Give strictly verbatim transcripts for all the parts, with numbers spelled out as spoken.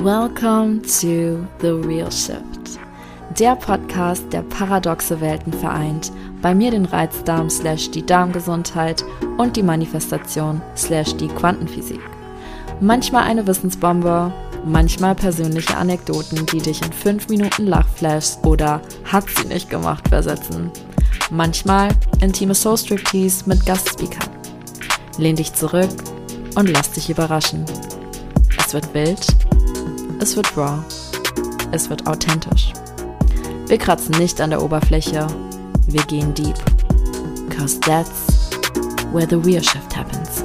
Welcome to The Real Shift, der Podcast, der paradoxe Welten vereint, bei mir den Reizdarm slash die Darmgesundheit und die Manifestation slash die Quantenphysik. Manchmal eine Wissensbombe, manchmal persönliche Anekdoten, die dich in fünf Minuten Lachflashs oder hat sie nicht gemacht versetzen. Manchmal intime Soul-Striptease mit Gastspeakern. Lehn dich zurück und lass dich überraschen. Es wird wild, es wird raw, es wird authentisch. Wir kratzen nicht an der Oberfläche, wir gehen deep. Cause that's where the real shift happens.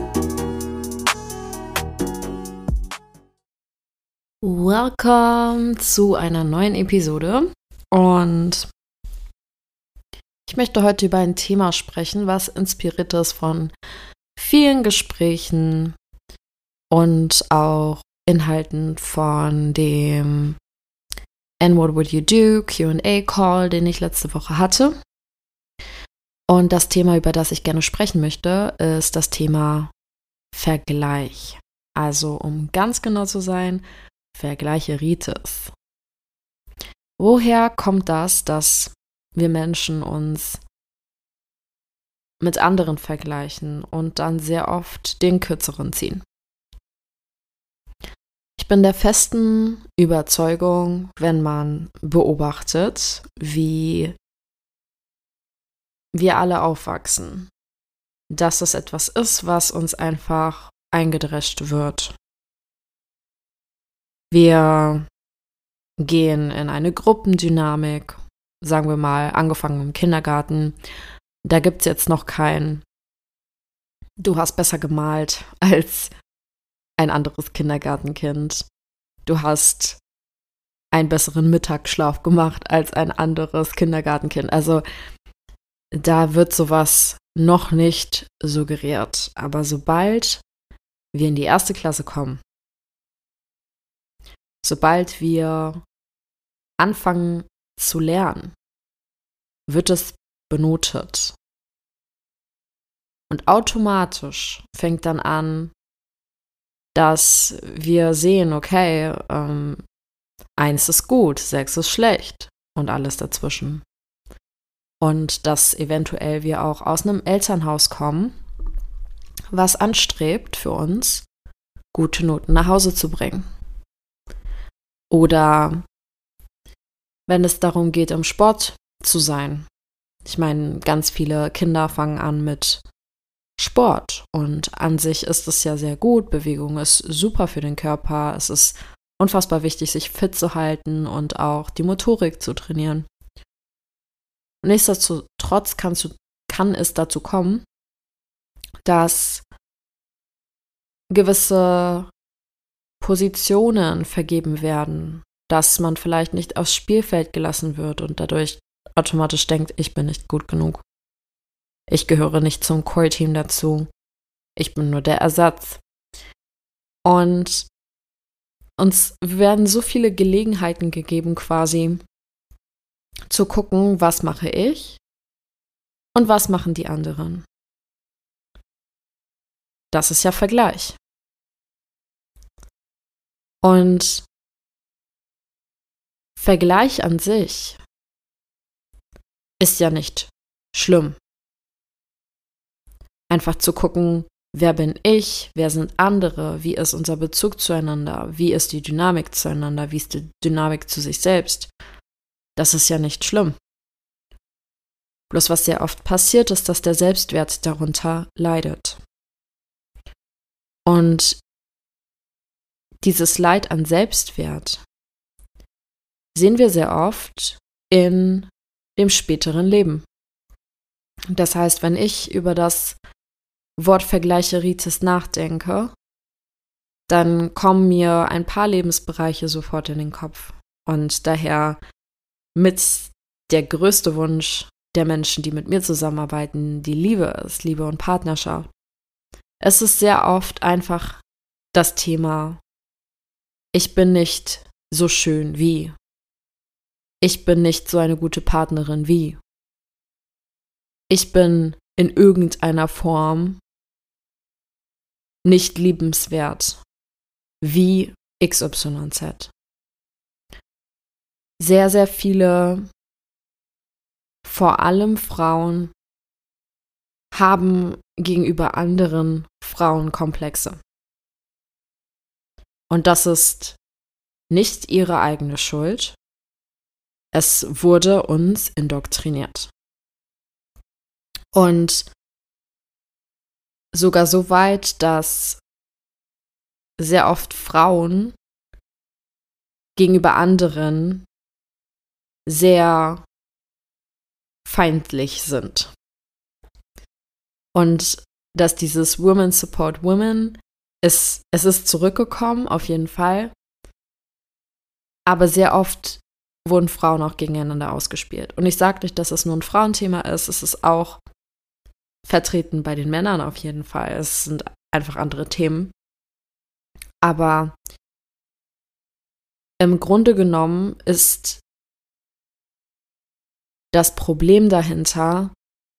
Welcome zu einer neuen Episode und ich möchte heute über ein Thema sprechen, was inspiriert ist von vielen Gesprächen und auch Inhalten von dem And What Would You Do Q and A Call, den ich letzte Woche hatte. Und das Thema, über das ich gerne sprechen möchte, ist das Thema Vergleich. Also, um ganz genau zu sein, Vergleicheritis. Woher kommt das, dass wir Menschen uns mit anderen vergleichen und dann sehr oft den Kürzeren ziehen? Ich bin der festen Überzeugung, wenn man beobachtet, wie wir alle aufwachsen, dass es etwas ist, was uns einfach eingedrescht wird. Wir gehen in eine Gruppendynamik, sagen wir mal, angefangen im Kindergarten. Da gibt es jetzt noch kein Du hast besser gemalt als ein anderes Kindergartenkind. Du hast einen besseren Mittagsschlaf gemacht als ein anderes Kindergartenkind. Also da wird sowas noch nicht suggeriert. Aber sobald wir in die erste Klasse kommen, sobald wir anfangen zu lernen, wird es benotet. Und automatisch fängt dann an, dass wir sehen, okay, ähm, eins ist gut, sechs ist schlecht und alles dazwischen. Und dass eventuell wir auch aus einem Elternhaus kommen, was anstrebt für uns, gute Noten nach Hause zu bringen. Oder wenn es darum geht, im Sport zu sein. Ich meine, ganz viele Kinder fangen an mit Sport und an sich ist es ja sehr gut. Bewegung ist super für den Körper. Es ist unfassbar wichtig, sich fit zu halten und auch die Motorik zu trainieren. Nichtsdestotrotz kannst du, kann es dazu kommen, dass gewisse Positionen vergeben werden, dass man vielleicht nicht aufs Spielfeld gelassen wird und dadurch automatisch denkt, ich bin nicht gut genug. Ich gehöre nicht zum Core-Team dazu. Ich bin nur der Ersatz. Und uns werden so viele Gelegenheiten gegeben, quasi zu gucken, was mache ich und was machen die anderen. Das ist ja Vergleich. Und Vergleich an sich ist ja nicht schlimm. Einfach zu gucken, wer bin ich, wer sind andere, wie ist unser Bezug zueinander, wie ist die Dynamik zueinander, wie ist die Dynamik zu sich selbst. Das ist ja nicht schlimm. Bloß was sehr oft passiert, ist, dass der Selbstwert darunter leidet. Und dieses Leid an Selbstwert sehen wir sehr oft in dem späteren Leben. Das heißt, wenn ich über das Wort Vergleicheritis nachdenke, dann kommen mir ein paar Lebensbereiche sofort in den Kopf. Und daher mit der größte Wunsch der Menschen, die mit mir zusammenarbeiten, die Liebe ist, Liebe und Partnerschaft. Es ist sehr oft einfach das Thema, ich bin nicht so schön wie, ich bin nicht so eine gute Partnerin wie, ich bin in irgendeiner Form nicht liebenswert, wie X Y Z. Sehr, sehr viele, vor allem Frauen, haben gegenüber anderen Frauen Komplexe. Und das ist nicht ihre eigene Schuld. Es wurde uns indoktriniert. Und sogar so weit, dass sehr oft Frauen gegenüber anderen sehr feindlich sind. Und dass dieses Women Support Women, ist, es ist zurückgekommen, auf jeden Fall. Aber sehr oft wurden Frauen auch gegeneinander ausgespielt. Und ich sage nicht, dass es nur ein Frauenthema ist, es ist auch vertreten bei den Männern auf jeden Fall. Es sind einfach andere Themen. Aber im Grunde genommen ist das Problem dahinter,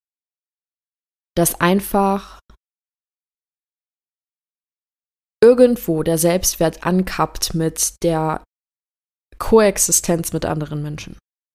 dass einfach irgendwo der Selbstwert ankappt mit der Koexistenz mit anderen Menschen.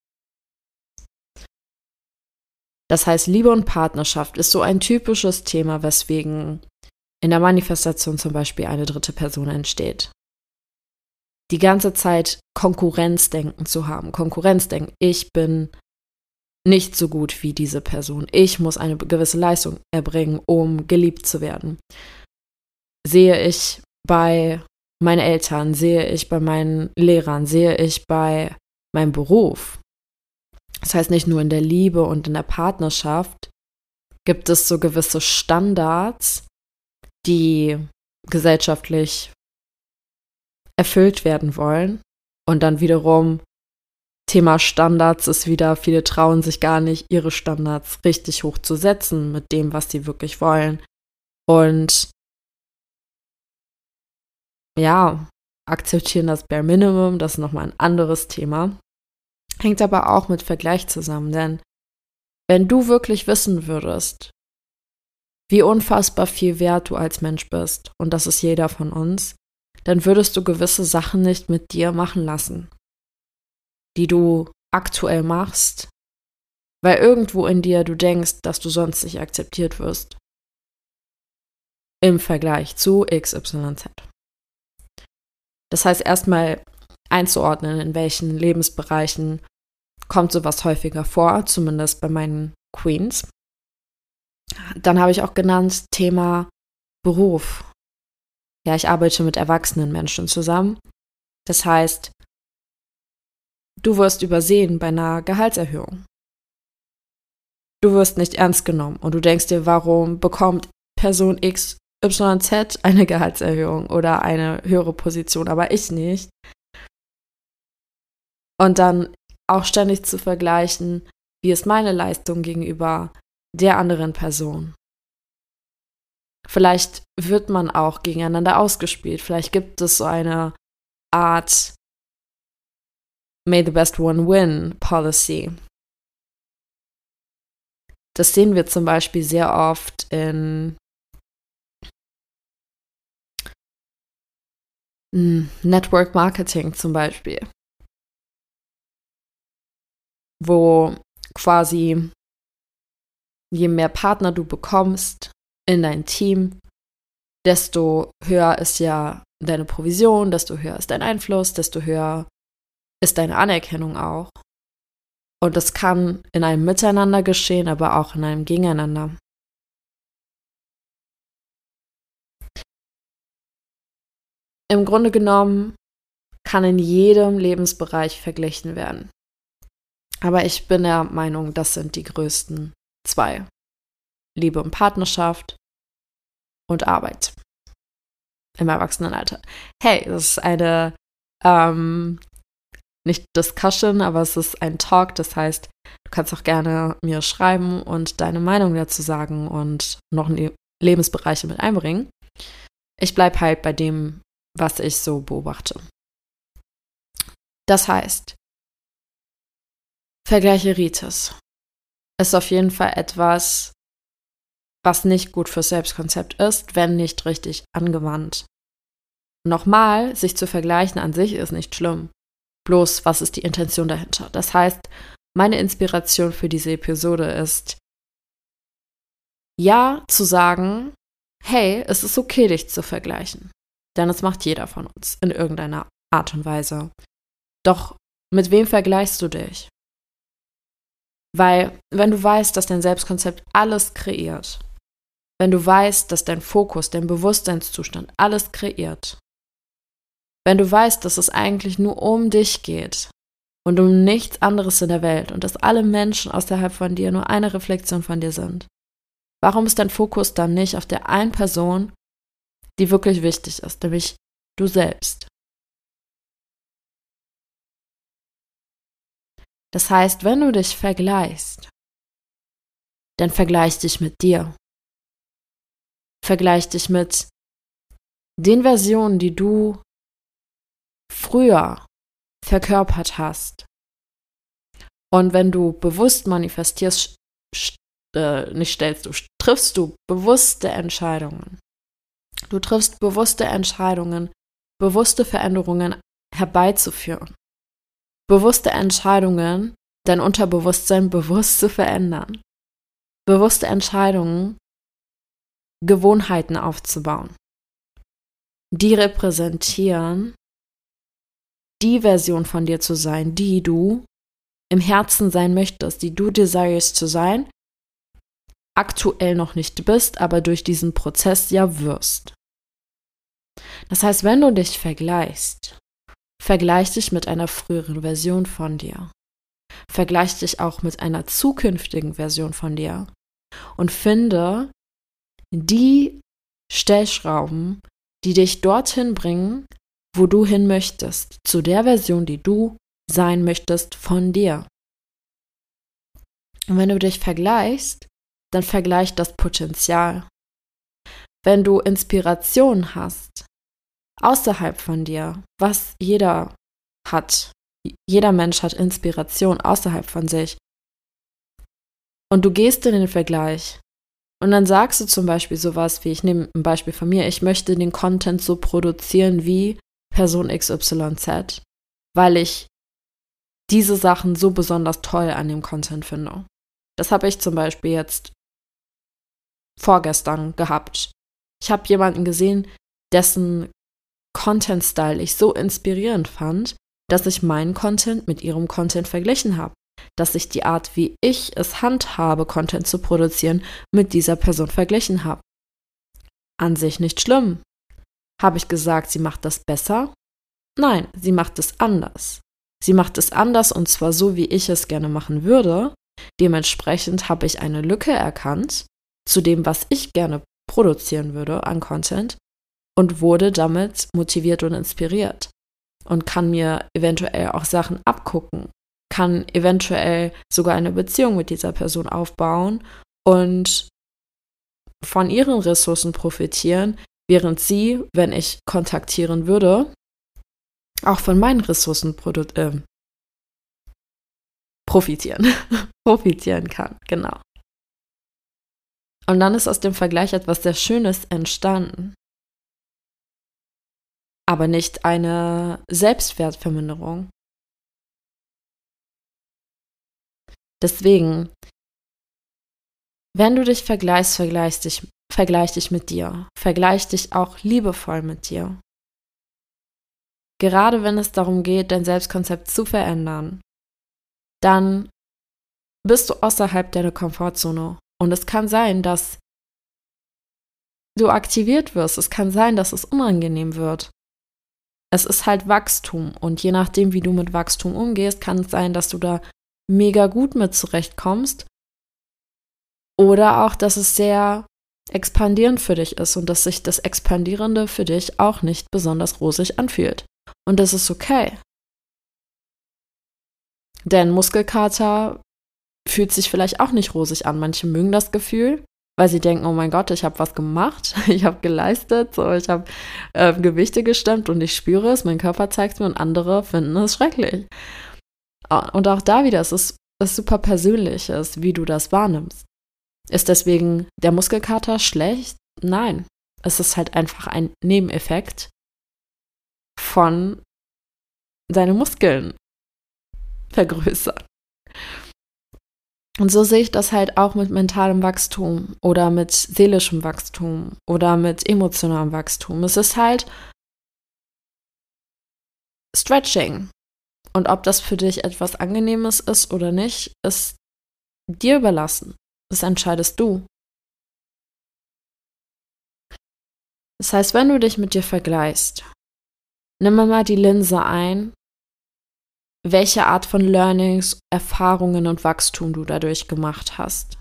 Das heißt, Liebe und Partnerschaft ist so ein typisches Thema, weswegen in der Manifestation zum Beispiel eine dritte Person entsteht. Die ganze Zeit Konkurrenzdenken zu haben. Konkurrenzdenken, ich bin nicht so gut wie diese Person. Ich muss eine gewisse Leistung erbringen, um geliebt zu werden. Sehe ich bei meinen Eltern, sehe ich bei meinen Lehrern, sehe ich bei meinem Beruf. Das heißt, nicht nur in der Liebe und in der Partnerschaft gibt es so gewisse Standards, die gesellschaftlich erfüllt werden wollen. Und dann wiederum Thema Standards ist wieder, viele trauen sich gar nicht, ihre Standards richtig hoch zu setzen mit dem, was sie wirklich wollen. Und ja, akzeptieren das Bare Minimum, das ist nochmal ein anderes Thema. Hängt aber auch mit Vergleich zusammen, denn wenn du wirklich wissen würdest, wie unfassbar viel wert du als Mensch bist, und das ist jeder von uns, dann würdest du gewisse Sachen nicht mit dir machen lassen, die du aktuell machst, weil irgendwo in dir du denkst, dass du sonst nicht akzeptiert wirst. Im Vergleich zu X Y Z. Das heißt, erstmal einzuordnen, in welchen Lebensbereichen kommt sowas häufiger vor, zumindest bei meinen Queens. Dann habe ich auch genannt Thema Beruf. Ja, ich arbeite mit erwachsenen Menschen zusammen. Das heißt, du wirst übersehen bei einer Gehaltserhöhung. Du wirst nicht ernst genommen und du denkst dir, warum bekommt Person X Y Z eine Gehaltserhöhung oder eine höhere Position, aber ich nicht. Und dann auch ständig zu vergleichen, wie ist meine Leistung gegenüber der anderen Person. Vielleicht wird man auch gegeneinander ausgespielt. Vielleicht gibt es so eine Art May the best one win Policy. Das sehen wir zum Beispiel sehr oft in Network Marketing zum Beispiel, wo quasi je mehr Partner du bekommst in dein Team, desto höher ist ja deine Provision, desto höher ist dein Einfluss, desto höher ist deine Anerkennung auch. Und das kann in einem Miteinander geschehen, aber auch in einem Gegeneinander. Im Grunde genommen kann in jedem Lebensbereich verglichen werden. Aber ich bin der Meinung, das sind die größten zwei. Liebe und Partnerschaft und Arbeit im Erwachsenenalter. Hey, das ist eine, ähm, nicht Discussion, aber es ist ein Talk. Das heißt, du kannst auch gerne mir schreiben und deine Meinung dazu sagen und noch Lebensbereiche mit einbringen. Ich bleibe halt bei dem, was ich so beobachte. Das heißt, Vergleicheritis ist auf jeden Fall etwas, was nicht gut fürs Selbstkonzept ist, wenn nicht richtig angewandt. Nochmal, sich zu vergleichen an sich ist nicht schlimm. Bloß, was ist die Intention dahinter? Das heißt, meine Inspiration für diese Episode ist, ja zu sagen, hey, es ist okay, dich zu vergleichen. Denn das macht jeder von uns in irgendeiner Art und Weise. Doch mit wem vergleichst du dich? Weil, wenn du weißt, dass dein Selbstkonzept alles kreiert, wenn du weißt, dass dein Fokus, dein Bewusstseinszustand alles kreiert, wenn du weißt, dass es eigentlich nur um dich geht und um nichts anderes in der Welt und dass alle Menschen außerhalb von dir nur eine Reflexion von dir sind, warum ist dein Fokus dann nicht auf der einen Person, die wirklich wichtig ist, nämlich du selbst? Das heißt, wenn du dich vergleichst, dann vergleich dich mit dir. Vergleich dich mit den Versionen, die du früher verkörpert hast. Und wenn du bewusst manifestierst, äh, nicht stellst du, triffst du bewusste Entscheidungen. Du triffst bewusste Entscheidungen, bewusste Veränderungen herbeizuführen. Bewusste Entscheidungen, dein Unterbewusstsein bewusst zu verändern. Bewusste Entscheidungen, Gewohnheiten aufzubauen. Die repräsentieren, die Version von dir zu sein, die du im Herzen sein möchtest, die du desirest zu sein, aktuell noch nicht bist, aber durch diesen Prozess ja wirst. Das heißt, wenn du dich vergleichst, vergleich dich mit einer früheren Version von dir. Vergleich dich auch mit einer zukünftigen Version von dir und finde die Stellschrauben, die dich dorthin bringen, wo du hin möchtest, zu der Version, die du sein möchtest von dir. Und wenn du dich vergleichst, dann vergleich das Potenzial. Wenn du Inspiration hast, außerhalb von dir, was jeder hat, jeder Mensch hat Inspiration außerhalb von sich, und du gehst in den Vergleich und dann sagst du zum Beispiel sowas wie, ich nehme ein Beispiel von mir, ich möchte den Content so produzieren wie Person X Y Z, weil ich diese Sachen so besonders toll an dem Content finde. Das habe ich zum Beispiel jetzt vorgestern gehabt. Ich habe jemanden gesehen, dessen Content-Style ich so inspirierend fand, dass ich meinen Content mit ihrem Content verglichen habe. Dass ich die Art, wie ich es handhabe, Content zu produzieren, mit dieser Person verglichen habe. An sich nicht schlimm. Habe ich gesagt, sie macht das besser? Nein, sie macht es anders. Sie macht es anders und zwar so, wie ich es gerne machen würde. Dementsprechend habe ich eine Lücke erkannt zu dem, was ich gerne produzieren würde an Content und wurde damit motiviert und inspiriert und kann mir eventuell auch Sachen abgucken, kann eventuell sogar eine Beziehung mit dieser Person aufbauen und von ihren Ressourcen profitieren, während sie, wenn ich kontaktieren würde, auch von meinen Ressourcen produ- äh, profitieren, profitieren kann, genau. Und dann ist aus dem Vergleich etwas sehr Schönes entstanden. Aber nicht eine Selbstwertverminderung. Deswegen, wenn du dich vergleichst, vergleich dich, vergleich dich mit dir. Vergleich dich auch liebevoll mit dir. Gerade wenn es darum geht, dein Selbstkonzept zu verändern, dann bist du außerhalb deiner Komfortzone. Und es kann sein, dass du aktiviert wirst. Es kann sein, dass es unangenehm wird. Es ist halt Wachstum. Und je nachdem, wie du mit Wachstum umgehst, kann es sein, dass du da mega gut mit zurechtkommst. Oder auch, dass es sehr expandierend für dich ist und dass sich das Expandierende für dich auch nicht besonders rosig anfühlt. Und das ist okay. Denn Muskelkater fühlt sich vielleicht auch nicht rosig an. Manche mögen das Gefühl, weil sie denken, oh mein Gott, ich habe was gemacht, ich habe geleistet, so, ich habe äh, Gewichte gestemmt und ich spüre es, mein Körper zeigt es mir und andere finden es schrecklich. Und auch da wieder, es ist was super Persönliches, wie du das wahrnimmst. Ist deswegen der Muskelkater schlecht? Nein. Es ist halt einfach ein Nebeneffekt von deine Muskeln vergrößern. Und so sehe ich das halt auch mit mentalem Wachstum oder mit seelischem Wachstum oder mit emotionalem Wachstum. Es ist halt Stretching. Und ob das für dich etwas Angenehmes ist oder nicht, ist dir überlassen. Das entscheidest du. Das heißt, wenn du dich mit dir vergleichst, nimm mal die Linse ein, welche Art von Learnings, Erfahrungen und Wachstum du dadurch gemacht hast.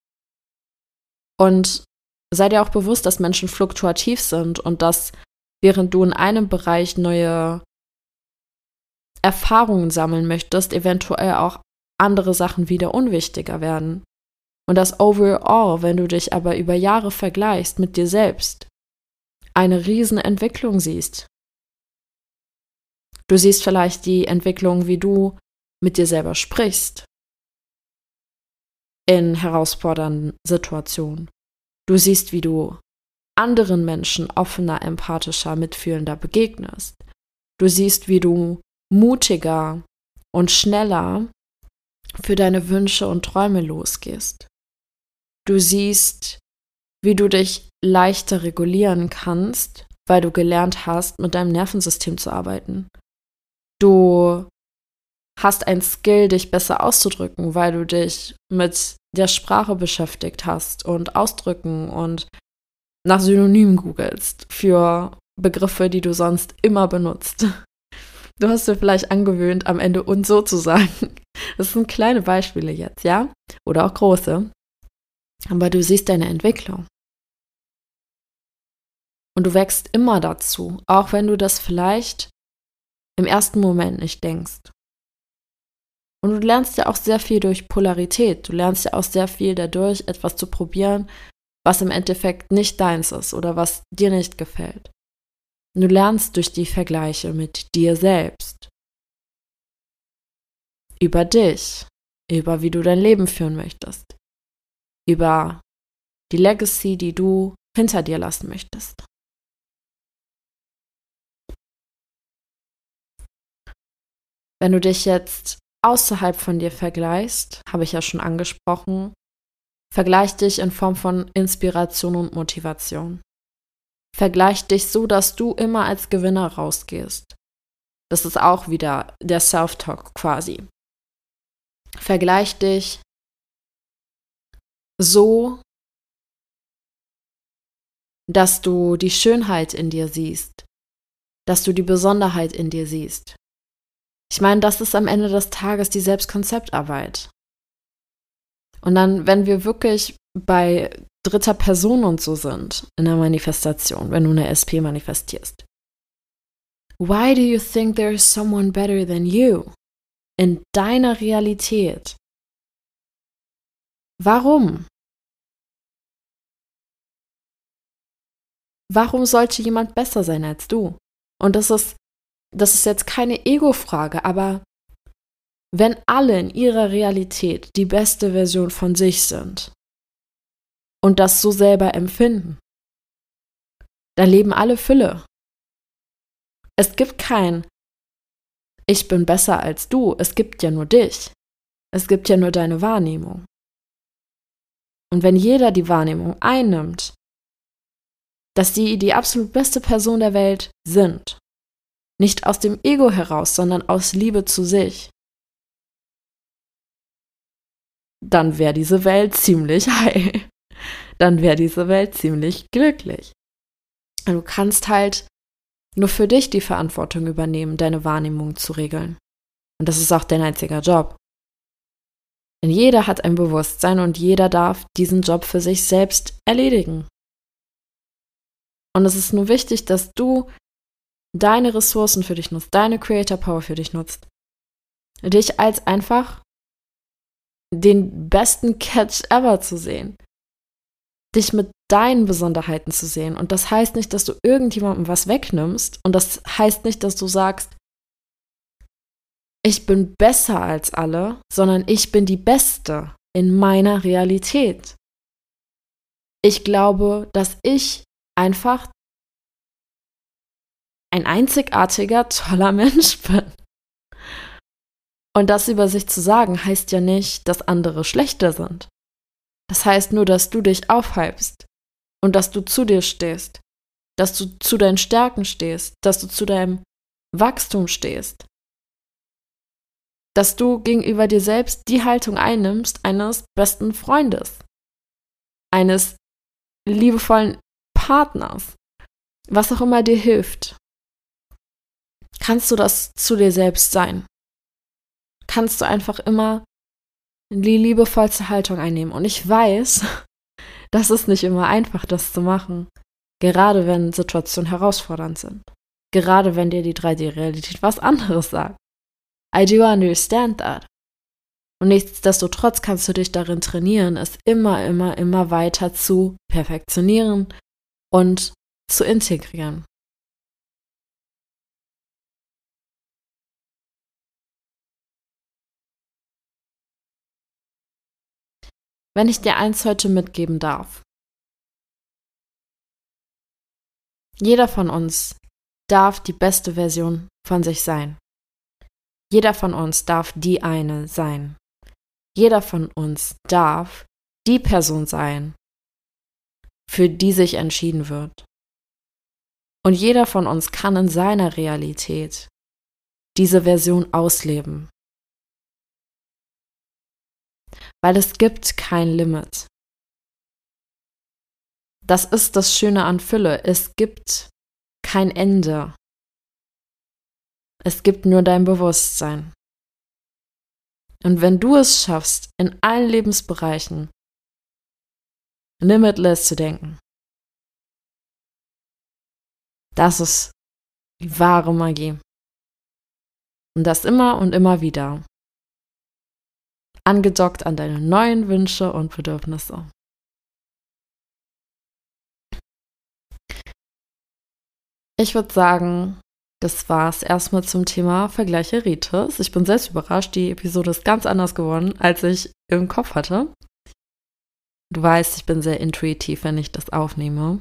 Und sei dir auch bewusst, dass Menschen fluktuativ sind und dass, während du in einem Bereich neue Erfahrungen sammeln möchtest, eventuell auch andere Sachen wieder unwichtiger werden. Und dass overall, wenn du dich aber über Jahre vergleichst mit dir selbst, eine riesen Entwicklung siehst. Du siehst vielleicht die Entwicklung, wie du mit dir selber sprichst in herausfordernden Situationen. Du siehst, wie du anderen Menschen offener, empathischer, mitfühlender begegnest. Du siehst, wie du mutiger und schneller für deine Wünsche und Träume losgehst. Du siehst, wie du dich leichter regulieren kannst, weil du gelernt hast, mit deinem Nervensystem zu arbeiten. Du hast ein Skill, dich besser auszudrücken, weil du dich mit der Sprache beschäftigt hast und Ausdrücken und nach Synonymen googelst für Begriffe, die du sonst immer benutzt. Du hast dir vielleicht angewöhnt, am Ende und so zu sagen. Das sind kleine Beispiele jetzt, ja? Oder auch große. Aber du siehst deine Entwicklung. Und du wächst immer dazu, auch wenn du das vielleicht im ersten Moment nicht denkst. Und du lernst ja auch sehr viel durch Polarität. Du lernst ja auch sehr viel dadurch, etwas zu probieren, was im Endeffekt nicht deins ist oder was dir nicht gefällt. Du lernst durch die Vergleiche mit dir selbst. Über dich, über wie du dein Leben führen möchtest, über die Legacy, die du hinter dir lassen möchtest. Wenn du dich jetzt außerhalb von dir vergleichst, habe ich ja schon angesprochen, vergleich dich in Form von Inspiration und Motivation. Vergleich dich so, dass du immer als Gewinner rausgehst. Das ist auch wieder der Self-Talk quasi. Vergleich dich so, dass du die Schönheit in dir siehst, dass du die Besonderheit in dir siehst. Ich meine, das ist am Ende des Tages die Selbstkonzeptarbeit. Und dann, wenn wir wirklich bei dritter Person und so sind in der Manifestation, wenn du eine S P manifestierst. Why do you think there is someone better than you? In deiner Realität. Warum? Warum sollte jemand besser sein als du? Und das ist, das ist jetzt keine Ego-Frage, aber wenn alle in ihrer Realität die beste Version von sich sind und das so selber empfinden, dann leben alle Fülle. Es gibt kein Ich bin besser als du, es gibt ja nur dich. Es gibt ja nur deine Wahrnehmung. Und wenn jeder die Wahrnehmung einnimmt, dass sie die absolut beste Person der Welt sind, nicht aus dem Ego heraus, sondern aus Liebe zu sich, dann wäre diese Welt ziemlich heil. Dann wäre diese Welt ziemlich glücklich. Und du kannst halt nur für dich die Verantwortung übernehmen, deine Wahrnehmung zu regeln. Und das ist auch dein einziger Job. Denn jeder hat ein Bewusstsein und jeder darf diesen Job für sich selbst erledigen. Und es ist nur wichtig, dass du deine Ressourcen für dich nutzt, deine Creator Power für dich nutzt. Dich als einfach den besten Catch ever zu sehen. Dich mit deinen Besonderheiten zu sehen. Und das heißt nicht, dass du irgendjemandem was wegnimmst. Und das heißt nicht, dass du sagst, ich bin besser als alle, sondern ich bin die Beste in meiner Realität. Ich glaube, dass ich einfach ein einzigartiger, toller Mensch bin. Und das über sich zu sagen, heißt ja nicht, dass andere schlechter sind. Das heißt nur, dass du dich aufhypst und dass du zu dir stehst, dass du zu deinen Stärken stehst, dass du zu deinem Wachstum stehst, dass du gegenüber dir selbst die Haltung einnimmst eines besten Freundes, eines liebevollen Partners, was auch immer dir hilft. Kannst du das zu dir selbst sein? Kannst du einfach immer die liebevollste Haltung einnehmen. Und ich weiß, das ist nicht immer einfach, das zu machen. Gerade wenn Situationen herausfordernd sind. Gerade wenn dir die drei D-Realität was anderes sagt. I do understand that. Und nichtsdestotrotz kannst du dich darin trainieren, es immer, immer, immer weiter zu perfektionieren und zu integrieren. Wenn ich dir eins heute mitgeben darf. Jeder von uns darf die beste Version von sich sein. Jeder von uns darf die eine sein. Jeder von uns darf die Person sein, für die sich entschieden wird. Und jeder von uns kann in seiner Realität diese Version ausleben. Weil es gibt kein Limit. Das ist das Schöne an Fülle. Es gibt kein Ende. Es gibt nur dein Bewusstsein. Und wenn du es schaffst, in allen Lebensbereichen limitless zu denken, das ist die wahre Magie. Und das immer und immer wieder. Angedockt an deine neuen Wünsche und Bedürfnisse. Ich würde sagen, das war's erstmal zum Thema Vergleiche Ritus. Ich bin selbst überrascht, die Episode ist ganz anders geworden, als ich im Kopf hatte. Du weißt, ich bin sehr intuitiv, wenn ich das aufnehme.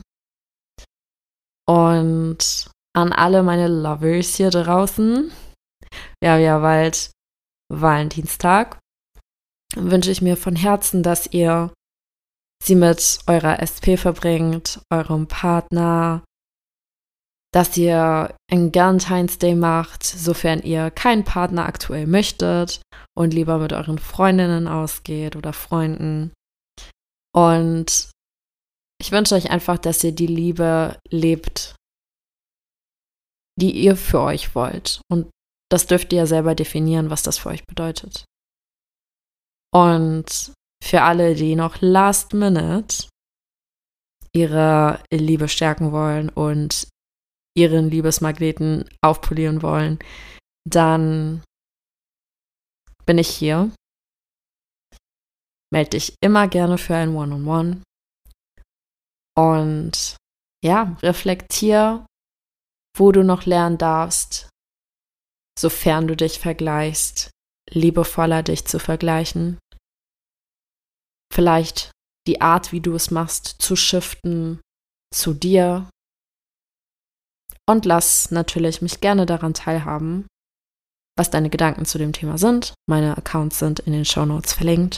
Und an alle meine Lovers hier draußen, wir haben ja bald Valentinstag, wünsche ich mir von Herzen, dass ihr sie mit eurer S P verbringt, eurem Partner, dass ihr einen Valentine's Day macht, sofern ihr keinen Partner aktuell möchtet und lieber mit euren Freundinnen ausgeht oder Freunden. Und ich wünsche euch einfach, dass ihr die Liebe lebt, die ihr für euch wollt. Und das dürft ihr ja selber definieren, was das für euch bedeutet. Und für alle, die noch last minute ihre Liebe stärken wollen und ihren Liebesmagneten aufpolieren wollen, dann bin ich hier. Melde dich immer gerne für ein One-on-One. Und ja, reflektier, wo du noch lernen darfst, sofern du dich vergleichst, liebevoller dich zu vergleichen. Vielleicht die Art, wie du es machst, zu shiften zu dir. Und lass natürlich mich gerne daran teilhaben, was deine Gedanken zu dem Thema sind. Meine Accounts sind in den Shownotes verlinkt.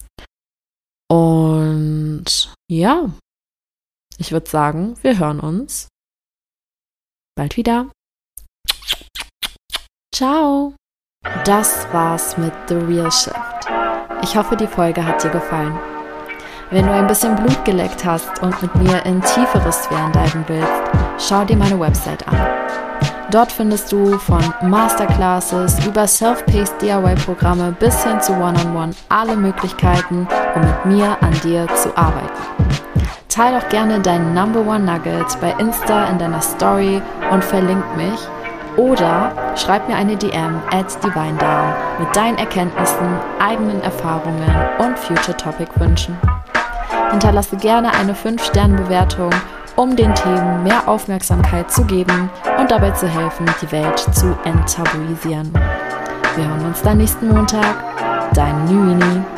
Und ja, ich würde sagen, wir hören uns bald wieder. Ciao! Das war's mit The Real Shift. Ich hoffe, die Folge hat dir gefallen. Wenn du ein bisschen Blut geleckt hast und mit mir in tiefere Sphären diven willst, schau dir meine Website an. Dort findest du von Masterclasses über Self-Paced D I Y-Programme bis hin zu One-on-One alle Möglichkeiten, um mit mir an dir zu arbeiten. Teil doch gerne deinen Number One Nugget bei Insta in deiner Story und verlink mich. Oder schreib mir eine D M at DivineDown mit deinen Erkenntnissen, eigenen Erfahrungen und Future-Topic-Wünschen. Hinterlasse gerne eine fünf Sterne Bewertung, um den Themen mehr Aufmerksamkeit zu geben und dabei zu helfen, die Welt zu enttabuisieren. Wir hören uns dann nächsten Montag. Dein Nüini.